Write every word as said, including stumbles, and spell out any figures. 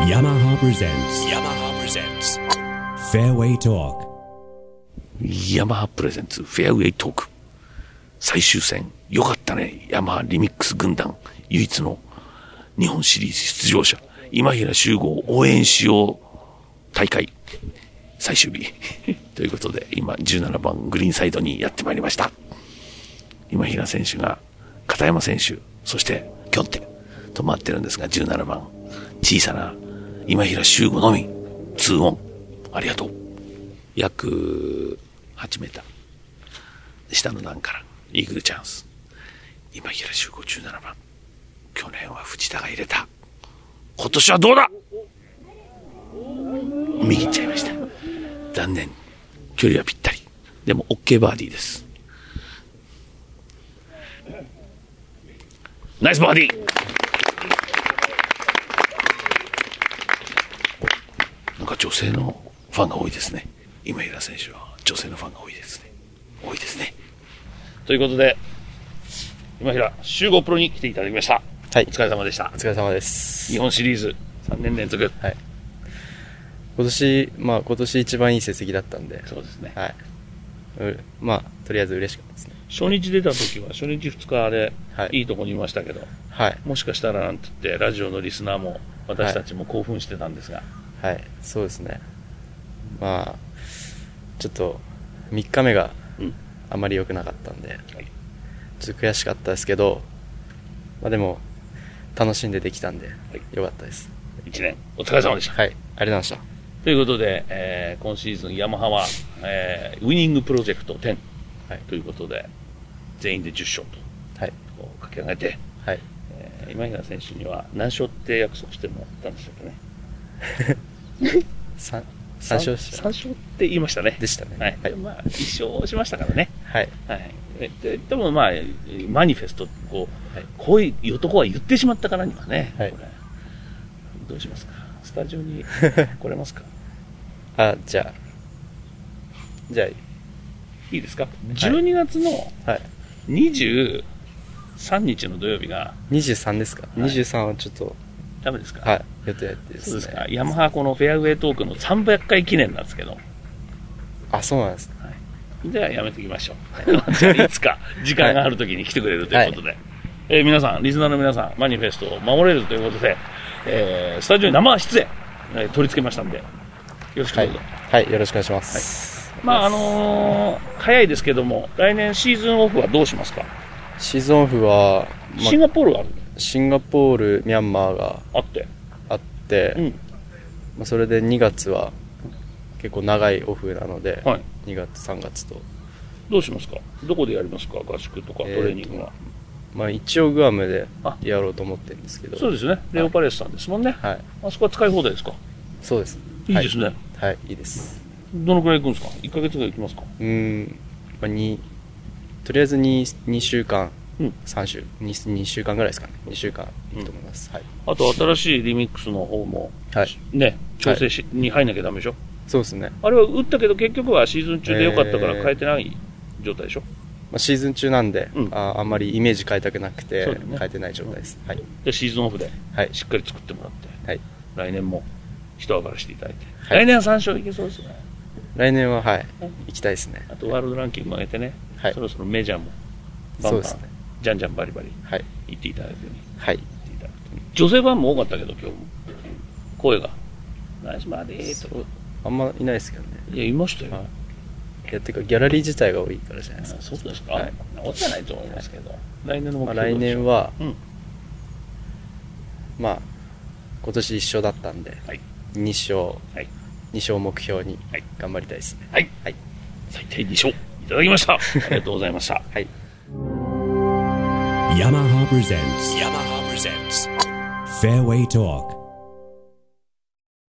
Yamaha presents Yamaha presents Fairway Talk ヤマハプレゼンツフェアウェイトーク最終戦よかったね。ヤマハリミックス軍団唯一の日本シリーズ出場者今平周吾応援しよう大会最終日ということで今じゅうななばんグリーンサイドにやってまいりました。今平選手が片山選手そしてキョンテと回ってるんですがじゅうななばん小さな今平周吾のみツーオンありがとう。約はちメーター下の段からイーグルチャンス今平周吾じゅうななばん去年は藤田が入れた今年はどうだ右行っちゃいました残念距離はぴったりでも OK バーディーですナイスバーディーなんか女性のファンが多いですね今平選手は女性のファンが多いですね多いですねということで今平周吾プロに来ていただきました。はい、お疲れ様でした。 お疲れ様です。 日本シリーズさんねん連続、 はい、今年まあ今年一番いい成績だったんでそうですね、 はい、まあとりあえず嬉しかったですね。 初日出た時は初日ふつかでいいとこにいましたけど、 はい、 もしかしたらなんて言ってラジオのリスナーも私たちも興奮してたんですが、 はい、はい、そうですね。まあちょっとみっかめがあまり良くなかったんで、うん、ちょっと悔しかったですけど、まあ、でも楽しんでできたんで、はい、良かったです。 いちねんお疲れ様でした。 はい、ありがとうございました。 ということで、えー、今シーズンヤマハは、えー、ウイニングプロジェクトじゅう、はい、ということで全員でじゅっしょうと、はい、こう書き上げて、はい、えー、今平選手には何勝って約束してもらったんでしょうかね。 さんさん勝したさん勝って言いましたね。 でしたね。 はい。はい、まあ、いっ勝しましたからね。はい。はい。で、でもまあ、マニフェスト、こう、はい、こういう男は言ってしまったからにはね、はい、これどうしますかスタジオに来れますかあ、じゃあ、じゃあ、いいですか、はい、じゅうにがつのにじゅうさんにちの土曜日が。 にじゅうさんですか、はい、にじゅうさんはちょっと。 ダメですか。 はい、予定やってですね。 そうですか。ヤマハこのフェアウェイトークのさんびゃっかい記念なんですけど。 あ、そうなんですね。 はい、じゃあやめておきましょう。じゃあいつか時間があるときに来てくれるということで、はい、えー、皆さんリスナーの皆さんマニフェストを守れるということで、えー、スタジオに生出演、えー、取り付けましたんでよろしくどうぞ。 はい、はい、よろしくお願いします。 はい、まああのー、早いですけども来年シーズンオフはどうしますか。 シーズンオフは、 ま、シンガポールがある。 シンガポール、ミャンマーがあってあって、うん、まあ、それでにがつは結構長いオフなので、はい、にがつさんがつとどうしますか。どこでやりますか合宿とかトレーニングは。 えー、まあ、一応グアムでやろうと思ってるんですけど。 そうですね、レオパレスさんですもんね。はい、あそこは使い放題ですか。 そうです。 いいですね。 はい、はい、いいです。 どのくらい行くんですか。いっかげつぐらい行きますか。 うーん、まあ、にとりあえず 2, 2週間うん、さん週 2, 2週間ぐらいですかね。にしゅうかんいいと思います、うん、はい。 あと新しいリミックスの方も、はい、ね、調整し、はい、に入んなきゃダメでしょ。 そうですね。 あれは打ったけど結局はシーズン中で良かったから変えてない状態でしょ。 えーまあ、シーズン中なんで、うん、あ, あんまりイメージ変えたくなくて、ね、変えてない状態です、うん、はい。 でシーズンオフでしっかり作ってもらって、はい、来年も一上がりしていただいて、はい、来年はさん勝いけそうですね。 来年ははい、はい、行きたいですね。 あとワールドランキングも上げてね、はい、そろそろメジャーもバンバンそうですね、じゃんじゃんバリバリ行っていただくように、はい、女性ファンも多かったけど今日も声がナイスバーディーとあんまいないですけどね。 いやいましたよ。 いやっていうかギャラリー自体が多いからじゃないですか。 そうですか。はい、そんなことじゃないと思いますけど、はい、来年の目標、 まあ、来年は、うん、まあ今年いっ勝だったんで、はい、に勝、はい、に勝目標に頑張りたいですね。はい、はい、 最低に勝いただきました。ありがとうございました。はい。 Yamaha presents Yamaha presents Fairway Talk